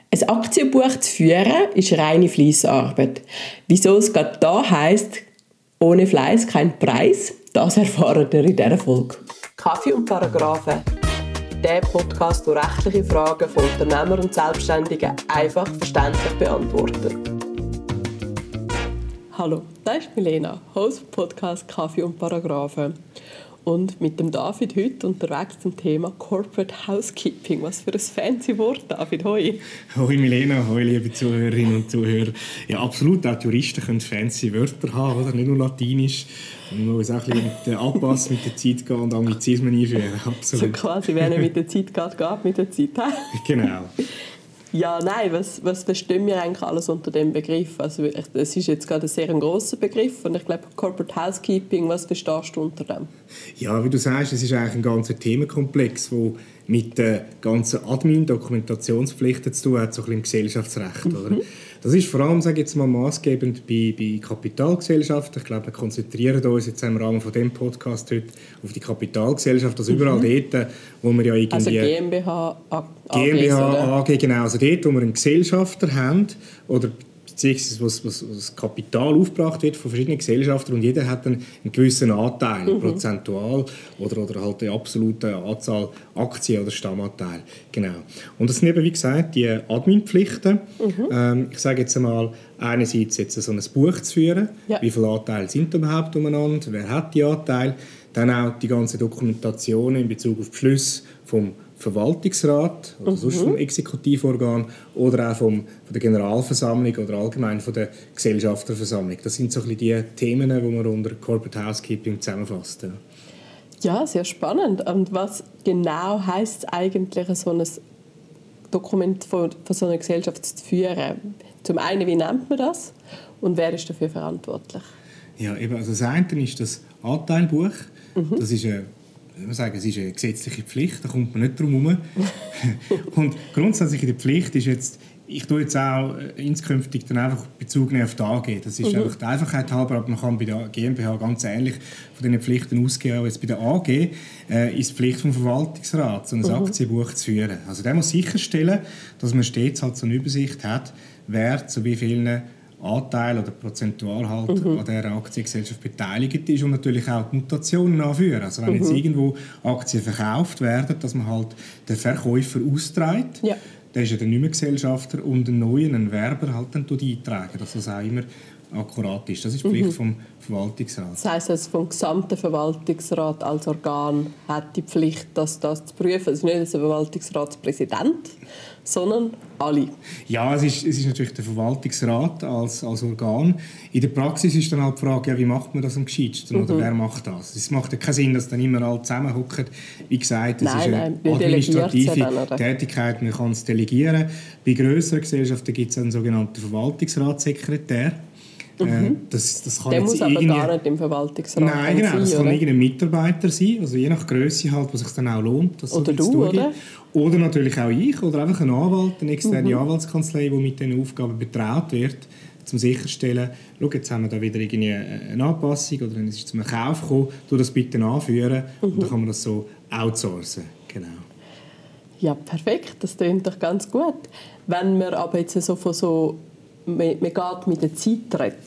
Ein Aktienbuch zu führen, ist reine Fleissarbeit. Wieso es gerade da heisst, ohne Fleiss kein Preis, das erfahrt ihr in dieser Folge. Kaffee und Paragraphen. Der Podcast, der rechtliche Fragen von Unternehmern und Selbstständigen einfach verständlich beantwortet. Hallo, das ist Milena, Host vom Podcast Kaffee und Paragraphen. Und mit dem David heute unterwegs zum Thema Corporate Housekeeping. Was für ein fancy Wort, David. Hoi. Hoi Milena, hoi liebe Zuhörerinnen und Zuhörer. Ja, absolut, auch die Juristen können fancy Wörter haben, oder? Nicht nur Latinisch. Man muss auch ein bisschen mit der Anpassung mit der Zeit gehen und Anglizismen einführen. Absolut. So quasi, wenn er mit der Zeit geht mit der Zeit. Genau. Ja, nein, was verstehen wir eigentlich alles unter dem Begriff? Also, es ist jetzt gerade ein sehr grosser Begriff und ich glaube, Corporate Housekeeping, was verstehst du unter dem? Ja, wie du sagst, es ist eigentlich ein ganzer Themenkomplex, der mit den ganzen Dokumentationspflichten zu tun hat, so ein bisschen im Gesellschaftsrecht. Oder? Das ist vor allem, sage ich jetzt mal, maßgebend bei Kapitalgesellschaften. Ich glaube, wir konzentrieren uns jetzt im Rahmen von dem Podcast heute auf die Kapitalgesellschaft, also überall dort, wo wir ja irgendwie... Also GmbH, AG, genau. Also dort, wo wir einen Gesellschafter haben, oder beziehungsweise wo das Kapital aufgebracht wird von verschiedenen Gesellschaftern und jeder hat einen gewissen Anteil, prozentual oder halt die absolute Anzahl Aktien oder Stammanteil. Genau. Und das sind eben, wie gesagt, die Adminpflichten. Ich sage jetzt einmal, einerseits jetzt so ein Buch zu führen, wie viele Anteile sind überhaupt umeinander, wer hat die Anteile, dann auch die ganze Dokumentation in Bezug auf Beschlüsse vom Verwaltungsrat oder sonst vom Exekutivorgan oder auch von der Generalversammlung oder allgemein von der Gesellschafterversammlung. Das sind so ein bisschen die Themen, die man unter Corporate Housekeeping zusammenfasst. Ja, sehr spannend. Und was genau heisst es eigentlich, so ein Dokument von so einer Gesellschaft zu führen? Zum einen, wie nennt man das und wer ist dafür verantwortlich? Ja, eben, also das eine ist das Anteilbuch. Das ist es ist eine gesetzliche Pflicht, da kommt man nicht drum herum. Und grundsätzlich in der Pflicht ist jetzt, ich tue jetzt auch inskünftig dann einfach Bezug nehmen auf die AG. Das ist einfach die Einfachheit halber, aber man kann bei der GmbH ganz ähnlich von diesen Pflichten ausgehen. Aber jetzt bei der AG ist die Pflicht vom Verwaltungsrat, so ein Aktienbuch zu führen. Also der muss sicherstellen, dass man stets halt so eine Übersicht hat, wer zu wie vielen Anteil oder prozentual halt an dieser Aktiengesellschaft beteiligt ist und natürlich auch die Mutationen anführen. Also wenn jetzt irgendwo Aktien verkauft werden, dass man halt den Verkäufer austrägt, der ist ja dann nicht mehr Gesellschafter und einen neuen, einen Werber halt dann eintragen, dass das auch immer akkurat ist. Das ist die Pflicht vom Verwaltungsrat. Das heisst, also vom gesamten Verwaltungsrat als Organ hat die Pflicht, das zu prüfen. Es ist nicht der Verwaltungsratspräsident, sondern alle. Ja, es ist natürlich der Verwaltungsrat als Organ. In der Praxis ist dann halt die Frage, ja, wie macht man das am gescheitsten oder wer macht das? Es macht ja keinen Sinn, dass dann immer alle zusammenhocken. Wie gesagt, es ist eine administrative Tätigkeit, man kann es delegieren. Bei grösseren Gesellschaften gibt es einen sogenannten Verwaltungsratssekretär. Das kann der jetzt muss aber gar nicht im Verwaltungsrat sein. Nein, genau, das kann irgendein Mitarbeiter sein, also je nach Grösse halt, wo es sich dann auch lohnt. Das oder du, oder? Oder natürlich auch ich, oder einfach ein Anwalt, eine externe Anwaltskanzlei, die mit diesen Aufgaben betraut wird, um sicherzustellen, schau, jetzt haben wir da wieder irgendwie eine Anpassung oder es ist zum Kauf gekommen, tu das bitte anführen und dann kann man das so outsourcen. Genau. Ja, perfekt, das klingt doch ganz gut. Wenn man aber jetzt man geht mit der Zeit redet,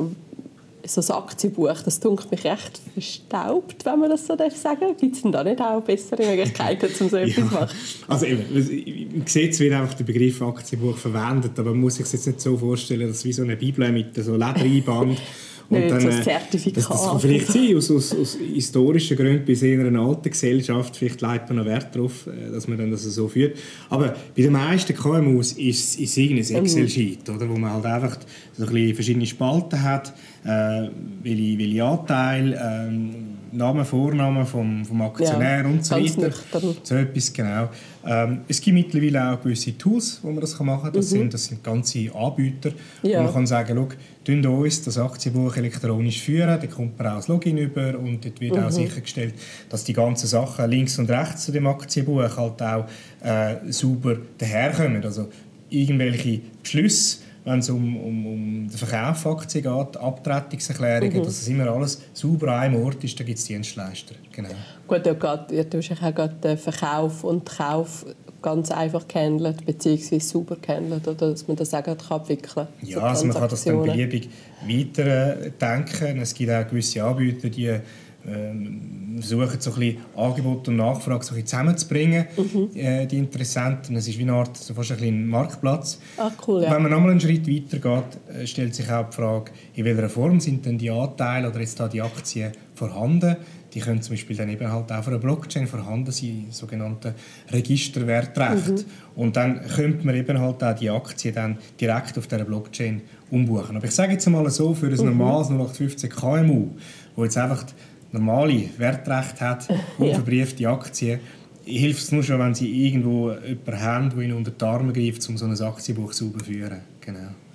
so ein Aktienbuch, das dunkelt mich recht verstaubt, wenn man das so sagen darf. Gibt es denn da nicht auch bessere Möglichkeiten, um so etwas zu machen? Also eben, im Gesetz wird einfach der Begriff Aktienbuch verwendet, aber man muss sich das jetzt nicht so vorstellen, dass es wie so eine Bibel mit so Ledereinband und dann, so ein Zertifikat. Das kann vielleicht sein, aus historischen Gründen, bei einer alten Gesellschaft, vielleicht legt man noch Wert darauf, dass man dann das so führt. Aber bei den meisten KMUs ist es irgendein Excel-Sheet, oder, wo man halt einfach so ein bisschen verschiedene Spalten hat, welche Anteile, Name, Vorname vom Aktionär und so weiter. So etwas, genau. Es gibt mittlerweile auch gewisse Tools, wo man das machen kann. Das sind ganze Anbieter. Ja. Und man kann sagen, schau, tun uns das Aktienbuch elektronisch führen, dann kommt man auch das Login über und dort wird auch sichergestellt, dass die ganzen Sachen links und rechts zu dem Aktienbuch halt auch sauber daherkommen. Also irgendwelche Beschlüsse, wenn es um den Verkauf von Aktien geht, Abtretungserklärungen, dass es immer alles sauber an einem Ort ist, da gibt es Dienstleister. Genau. Gut, da geht wahrscheinlich auch den Verkauf und Kauf ganz einfach gehandelt, beziehungsweise sauber gehandelt, oder dass man das auch abwickeln kann. Ja, also man kann das dann beliebig weiter denken. Es gibt auch gewisse Anbieter, die versuchen, so ein bisschen Angebot und Nachfrage so ein bisschen zusammenzubringen, die Interessenten. Es ist wie eine Art, so fast ein bisschen Marktplatz. Cool, ja. Wenn man nochmal einen Schritt weiter geht, stellt sich auch die Frage, in welcher Form sind denn die Anteile oder jetzt da die Aktien vorhanden? Die können zum Beispiel dann eben halt auch auf einer Blockchain vorhanden sein, sogenannte Registerwertrecht. Und dann könnte man eben halt auch die Aktien dann direkt auf dieser Blockchain umbuchen. Aber ich sage jetzt mal so, für ein normales 0815 KMU, wo jetzt einfach normale Wertrecht hat, unverbriefte Aktien, hilft es nur schon, wenn sie irgendwo jemanden haben, der ihnen unter die Arme greift, um so ein Aktienbuch sauber zu führen. Genau.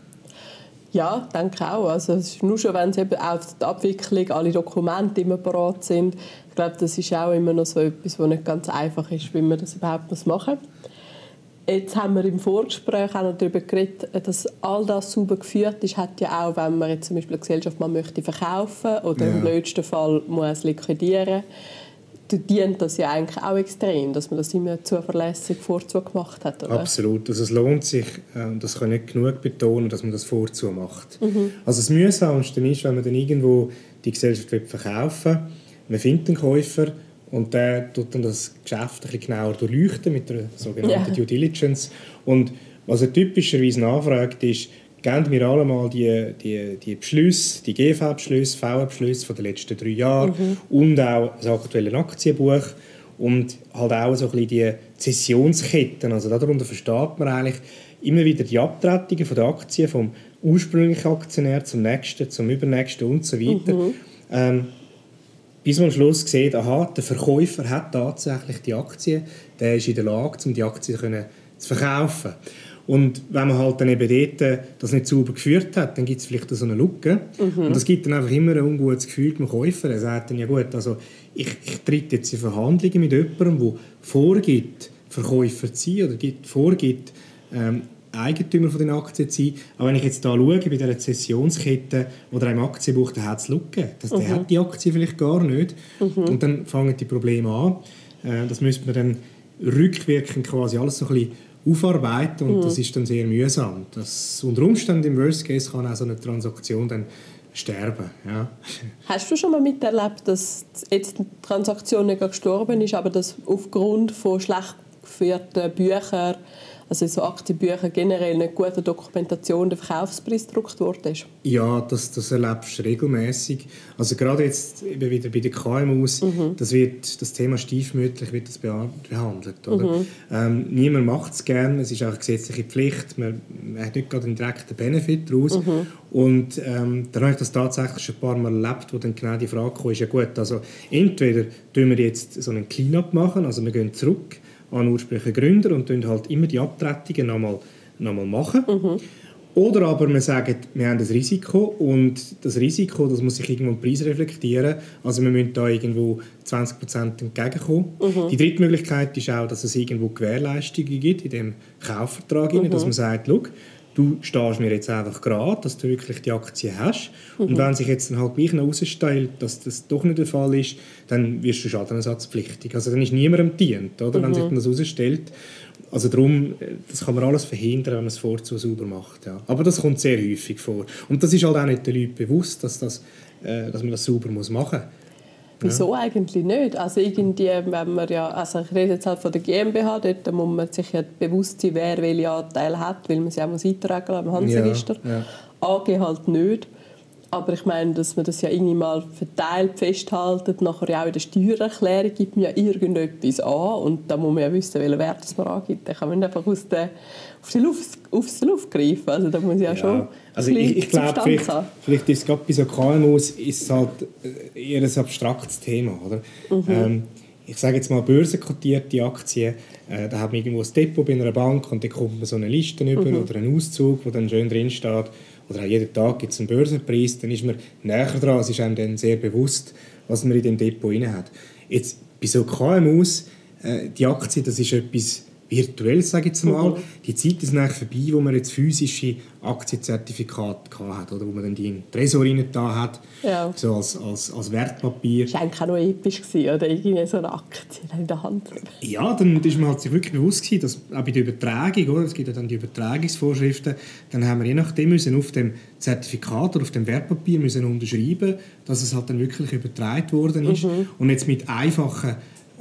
Ja, denke auch. Also, es ist nur schon, wenn es eben auch die Abwicklung, alle Dokumente immer parat sind. Ich glaube, das ist auch immer noch so etwas, was nicht ganz einfach ist, wie man das überhaupt machen muss. Jetzt haben wir im Vorgespräch auch noch darüber geredet, dass all das sauber geführt ist, hat ja auch, wenn man jetzt zum Beispiel eine Gesellschaft mal möchte verkaufen oder im blödsten Fall muss liquidieren, dient das ja eigentlich auch extrem, dass man das immer zuverlässig vorzu gemacht hat, oder? Absolut. Also es lohnt sich, das kann ich nicht genug betonen, dass man das vorzu macht. Also das Mühsamste ist, wenn man dann irgendwo die Gesellschaft verkaufen will, man findet einen Käufer und der tut dann das Geschäft ein bisschen genauer durchleuchten mit der sogenannten Due Diligence. Und was er typischerweise nachfragt, ist, geben wir alle mal die Beschlüsse, die GV-Beschlüsse, VA-Beschlüsse von den letzten 3 Jahren und auch das aktuelle Aktienbuch und halt auch so ein bisschen die Zessionsketten. Also darunter versteht man eigentlich immer wieder die Abtretungen von der Aktien vom ursprünglichen Aktionär zum nächsten, zum übernächsten und so weiter. Bis man am Schluss sieht, aha, der Verkäufer hat tatsächlich die Aktie, der ist in der Lage, um die Aktie zu verkaufen. Und wenn man halt dann eben dort das nicht sauber geführt hat, dann gibt es vielleicht so eine Lücke. Und das gibt dann einfach immer ein ungutes Gefühl dem Käufer. Er sagt dann, ja gut, also ich trete jetzt in Verhandlungen mit jemandem, der vorgibt, Verkäufer zu sein oder vorgibt, Eigentümer von den Aktien zu sein. Aber wenn ich jetzt hier schaue, bei dieser Zessionskette oder einem Aktienbuch, da hat es Lücken. Der hat die Aktie vielleicht gar nicht. Und dann fangen die Probleme an. Das müsste man dann rückwirkend quasi alles so ein bisschen aufarbeiten und das ist dann sehr mühsam. Das unter Umständen im Worst Case kann auch so eine Transaktion dann sterben. Ja. Hast du schon mal miterlebt, dass jetzt die Transaktion nicht gestorben ist, aber dass aufgrund von schlecht geführten Büchern, also so Aktienbücher generell, nicht gute Dokumentation der Verkaufspreis gedruckt worden ist? Ja, das erlebst du regelmäßig. Also gerade jetzt eben wieder bei den KMUs, das Thema stiefmütterlich wird das behandelt. Oder? Niemand macht es gerne, es ist auch eine gesetzliche Pflicht, man hat nicht gerade einen direkten Benefit daraus. Und dann habe ich das tatsächlich schon ein paar Mal erlebt, wo dann genau die Frage kam, ist ja gut, also entweder tun wir jetzt so einen Clean-up machen, also wir gehen zurück an den ursprünglichen Gründer und tun halt immer die Abtretungen nochmal machen. Oder aber wir sagen, wir haben das Risiko und das Risiko, das muss sich irgendwo im Preis reflektieren. Also wir müssen da irgendwo 20% entgegenkommen. Die dritte Möglichkeit ist auch, dass es irgendwo Gewährleistungen gibt in dem Kaufvertrag, dass man sagt, schau, du stehst mir jetzt einfach gerade, dass du wirklich die Aktie hast. Und wenn sich jetzt dann halt gleich noch herausstellt, dass das doch nicht der Fall ist, dann wirst du schadenersatzpflichtig. Also dann ist niemandem dient, oder? Wenn sich dann das herausstellt. Also darum, das kann man alles verhindern, wenn man es vorzu sauber macht. Ja. Aber das kommt sehr häufig vor. Und das ist halt auch nicht den Leuten bewusst, dass man das sauber machen muss. Wieso eigentlich nicht? Also irgendwie, wenn man ja, also ich rede jetzt halt von der GmbH, dort muss man sich ja bewusst sein, wer welche Anteile hat, weil man sie auch eintragen muss im Handelsregister. Ja. AG halt nicht. Aber ich meine, dass man das ja irgendwie mal verteilt festhalten, nachher ja auch in der Steuererklärung gibt man ja irgendetwas an und da muss man ja wissen, welchen Wert man angibt. Da kann man nicht einfach auf die Luft greifen. Also da muss ja schon also ich glaube, vielleicht ist es gerade bei so KMUs ist halt eher ein abstraktes Thema. Oder? Ich sage jetzt mal börsenkotierte Aktien, da hat man irgendwo ein Depot bei einer Bank und dann kommt man so eine Liste über oder einen Auszug, wo dann schön drin steht, oder auch jeden Tag gibt es einen Börsenpreis, dann ist man näher dran, es ist einem dann sehr bewusst, was man in dem Depot drin hat. Jetzt bei so KMUs, die Aktie, das ist etwas virtuell, sage ich jetzt mal. Die Zeit ist eigentlich vorbei, wo man jetzt physische Aktienzertifikate hatte, oder wo man dann die in den Tresor da hat, so als Wertpapier. Das war eigentlich auch noch episch, oder? Irgendwie so eine Aktie in der Hand. Ja, dann ist man halt sich wirklich bewusst gewesen, dass auch bei der Übertragung, oder? Es gibt ja dann die Übertragungsvorschriften, dann haben wir je nachdem müssen auf dem Zertifikat oder auf dem Wertpapier müssen unterschreiben, dass es halt dann wirklich übertragen worden ist. Und jetzt mit einfachen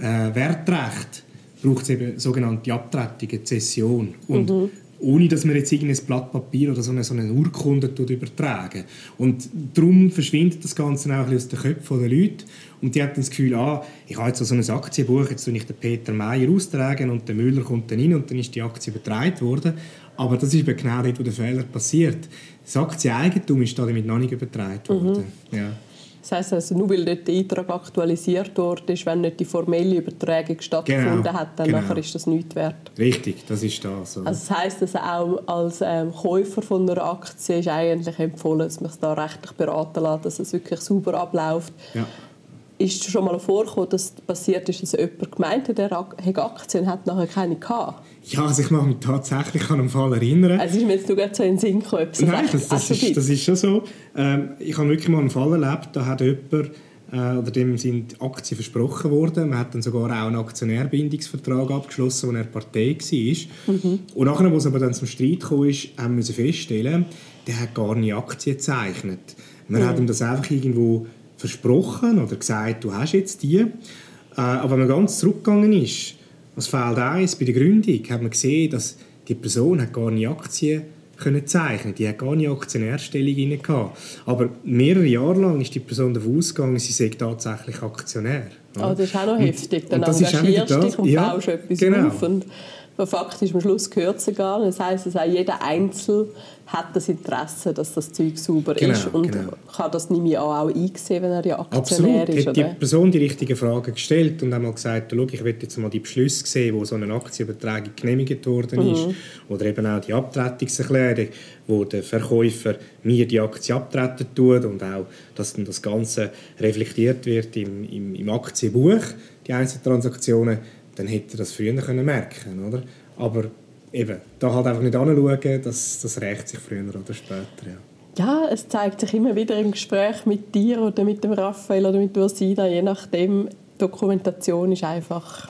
Wertrecht braucht es eben sogenannte Abtretungen, Zession. Und ohne, dass man jetzt irgendein Blatt Papier oder so eine Urkunde übertragen. Und darum verschwindet das Ganze auch ein bisschen aus den Köpfen der Leute. Und die haben das Gefühl, ich habe jetzt so ein Aktienbuch, jetzt tue ich den Peter Meyer austragen und der Müller kommt dann rein und dann ist die Aktie übertragen worden. Aber das ist eben genau dort, wo der Fehler passiert. Das Aktieneigentum ist damit noch nicht übertragen worden. Ja. Das heisst also, nur weil dort der Eintrag aktualisiert wurde, wenn nicht die formelle Übertragung stattgefunden hat, dann nachher ist das nichts wert. Richtig, das ist das. Also das heisst, dass auch als Käufer von einer Aktie ist eigentlich empfohlen, dass man es da rechtlich beraten lässt, dass es wirklich sauber abläuft. Ja. Ist es schon mal vorgekommen, dass passiert ist, dass jemand gemeint hat, er hat Aktien und hat nachher keine gehabt? Ja, also ich mag mich tatsächlich an einen Fall erinnern. Also ist mir jetzt gerade so in den Sinn gekommen. Nein, das ist schon so. Ich habe wirklich mal einen Fall erlebt, da hat jemand, oder dem sind Aktien versprochen worden. Man hat dann sogar auch einen Aktionärbindungsvertrag abgeschlossen, wo er Partei war. Und nachher, als es aber dann zum Streit kam, haben wir feststellen, der hat gar nie Aktien gezeichnet. Man hat ihm das einfach irgendwo versprochen oder gesagt, du hast jetzt die. Aber wenn man ganz zurückgegangen ist, was fehlt eins, bei der Gründung hat man gesehen, dass die Person hat gar nie Aktien können zeichnen, die hat gar nie Aktionärstellung inne gehabt. Aber mehrere Jahre lang ist die Person davon ausgegangen, sie sei tatsächlich Aktionär. Oh, das ist auch noch heftig. Dann engagierst du dich und baust etwas auf. Und faktisch am Schluss gehört es gar nicht. Das heisst, dass auch jeder Einzelne hat das Interesse, dass das Zeug sauber ist und kann das nicht mehr auch einsehen, wenn er ja Aktionär ist. Absolut. Hat die Person die richtigen Fragen gestellt und einmal gesagt, schau, ich will jetzt mal die Beschlüsse sehen, wo so eine Aktienübertragung genehmigt worden ist. Oder eben auch die Abtretungserklärung, wo der Verkäufer mir die Aktie abtreten tut und auch, dass dann das Ganze reflektiert wird im Aktienbuch, die einzelnen Transaktionen, dann hätte er das früher merken können, oder? Aber eben, da halt einfach nicht anschauen, das rächt sich früher oder später, Ja, es zeigt sich immer wieder im Gespräch mit dir oder mit dem Raphael oder mit Ursina, je nachdem, Dokumentation ist einfach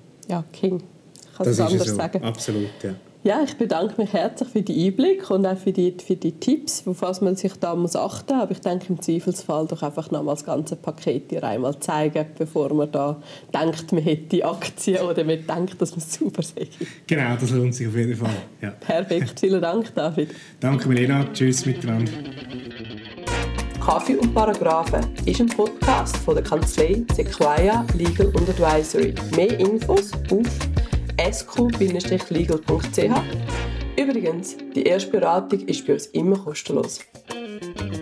King. Ich kann es anders sagen. Absolut, ja. Ja, ich bedanke mich herzlich für die Einblicke und auch für die Tipps, auf was man sich da achten muss. Aber ich denke, im Zweifelsfall doch einfach noch mal das ganze Paket dir einmal zeigen, bevor man da denkt, man hätte Aktien oder man denkt, dass man es sauber sei. Genau, das lohnt sich auf jeden Fall. Ja. Perfekt, vielen Dank, David. Danke, Milena. Tschüss miteinander. Kaffee und Paragraphen ist ein Podcast von der Kanzlei Sequoia Legal & Advisory. Mehr Infos auf sq-legal.ch. Übrigens, die erste Beratung ist bei uns immer kostenlos.